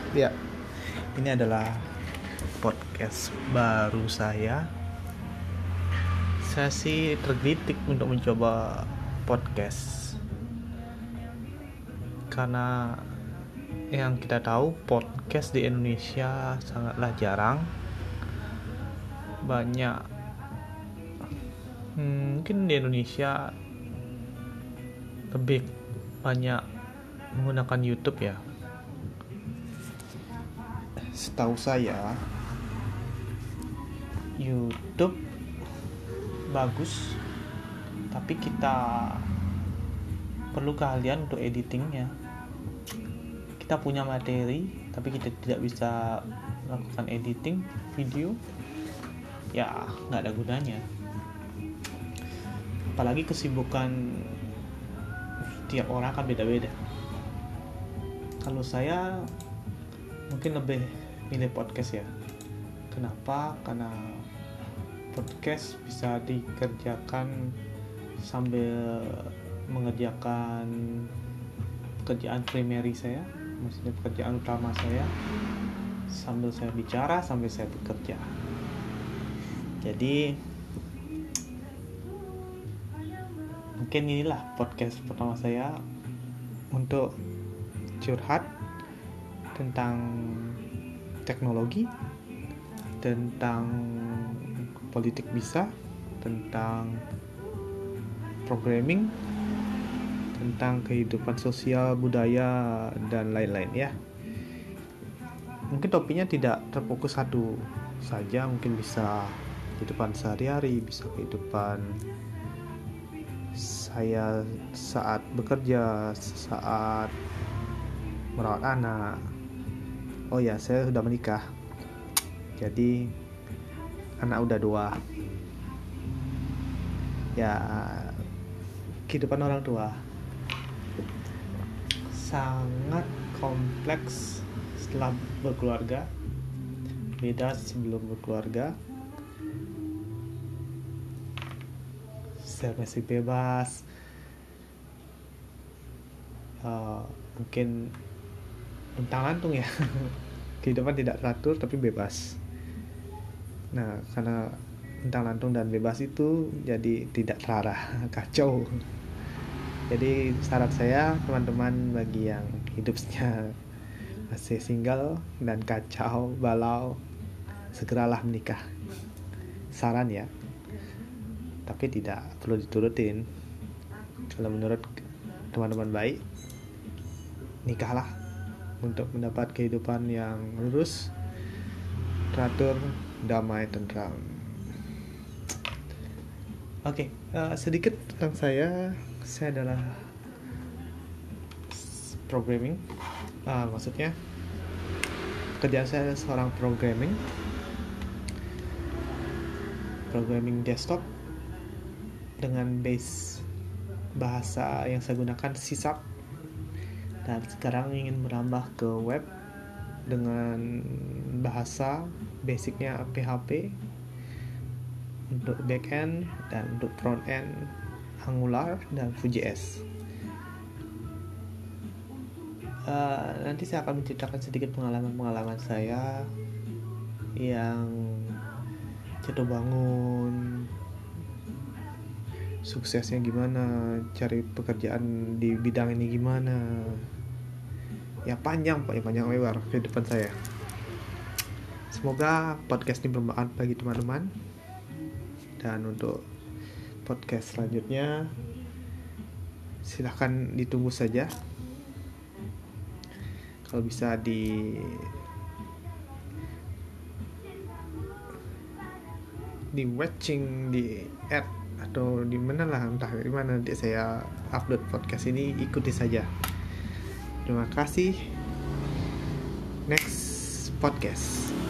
Ya, ini adalah podcast baru saya. Saya sih tergelitik untuk mencoba podcast karena yang kita tahu podcast di Indonesia sangatlah jarang. Banyak mungkin di Indonesia lebih banyak menggunakan YouTube ya. Setahu saya YouTube bagus, tapi kita perlu keahlian untuk editingnya. Kita punya materi, tapi kita tidak bisa melakukan editing video, ya nggak ada gunanya. Apalagi kesibukan tiap orang kan beda-beda. Kalau saya mungkin lebih milih podcast ya. Kenapa? Karena podcast bisa dikerjakan sambil mengerjakan pekerjaan primary saya, maksudnya pekerjaan utama saya, sambil saya bicara, sambil saya bekerja. Jadi mungkin inilah podcast pertama saya untuk curhat tentang teknologi, tentang politik bisa, tentang programming, tentang kehidupan sosial, budaya, dan lain-lain ya. Mungkin topiknya tidak terfokus satu saja, mungkin bisa kehidupan sehari-hari, bisa kehidupan saya saat bekerja, saat merawat anak. Oh ya, saya sudah menikah. Jadi anak udah 2. Ya, kehidupan orang tua sangat kompleks setelah berkeluarga, beda sebelum berkeluarga. Saya masih bebas, mungkin luntang lantung ya. Kehidupan tidak teratur tapi bebas. Nah, karena luntang lantung dan bebas itu jadi tidak terarah, kacau. Jadi saran saya teman-teman bagi yang hidupnya masih single dan kacau balau, segeralah menikah. Saran ya, tapi tidak perlu diturutin. Kalau menurut teman-teman baik, nikahlah untuk mendapat kehidupan yang lurus, teratur, damai, tentram. Oke, sedikit tentang saya. Saya adalah programming. Maksudnya kerjaan saya adalah seorang programming desktop dengan base bahasa yang saya gunakan C#. Dan sekarang ingin merambah ke web dengan bahasa basicnya PHP untuk backend, dan untuk frontend Angular dan Vue.js. Nanti saya akan menceritakan sedikit pengalaman saya yang jatuh bangun, suksesnya gimana, cari pekerjaan di bidang ini gimana. Ya panjang lebar kehidupan saya. Semoga podcast ini bermanfaat bagi teman-teman. Dan untuk podcast selanjutnya silahkan ditunggu saja. Kalau bisa di watching, di add atau di mana lah, entah di mana nanti saya upload podcast ini, ikuti saja. Terima kasih. Next podcast.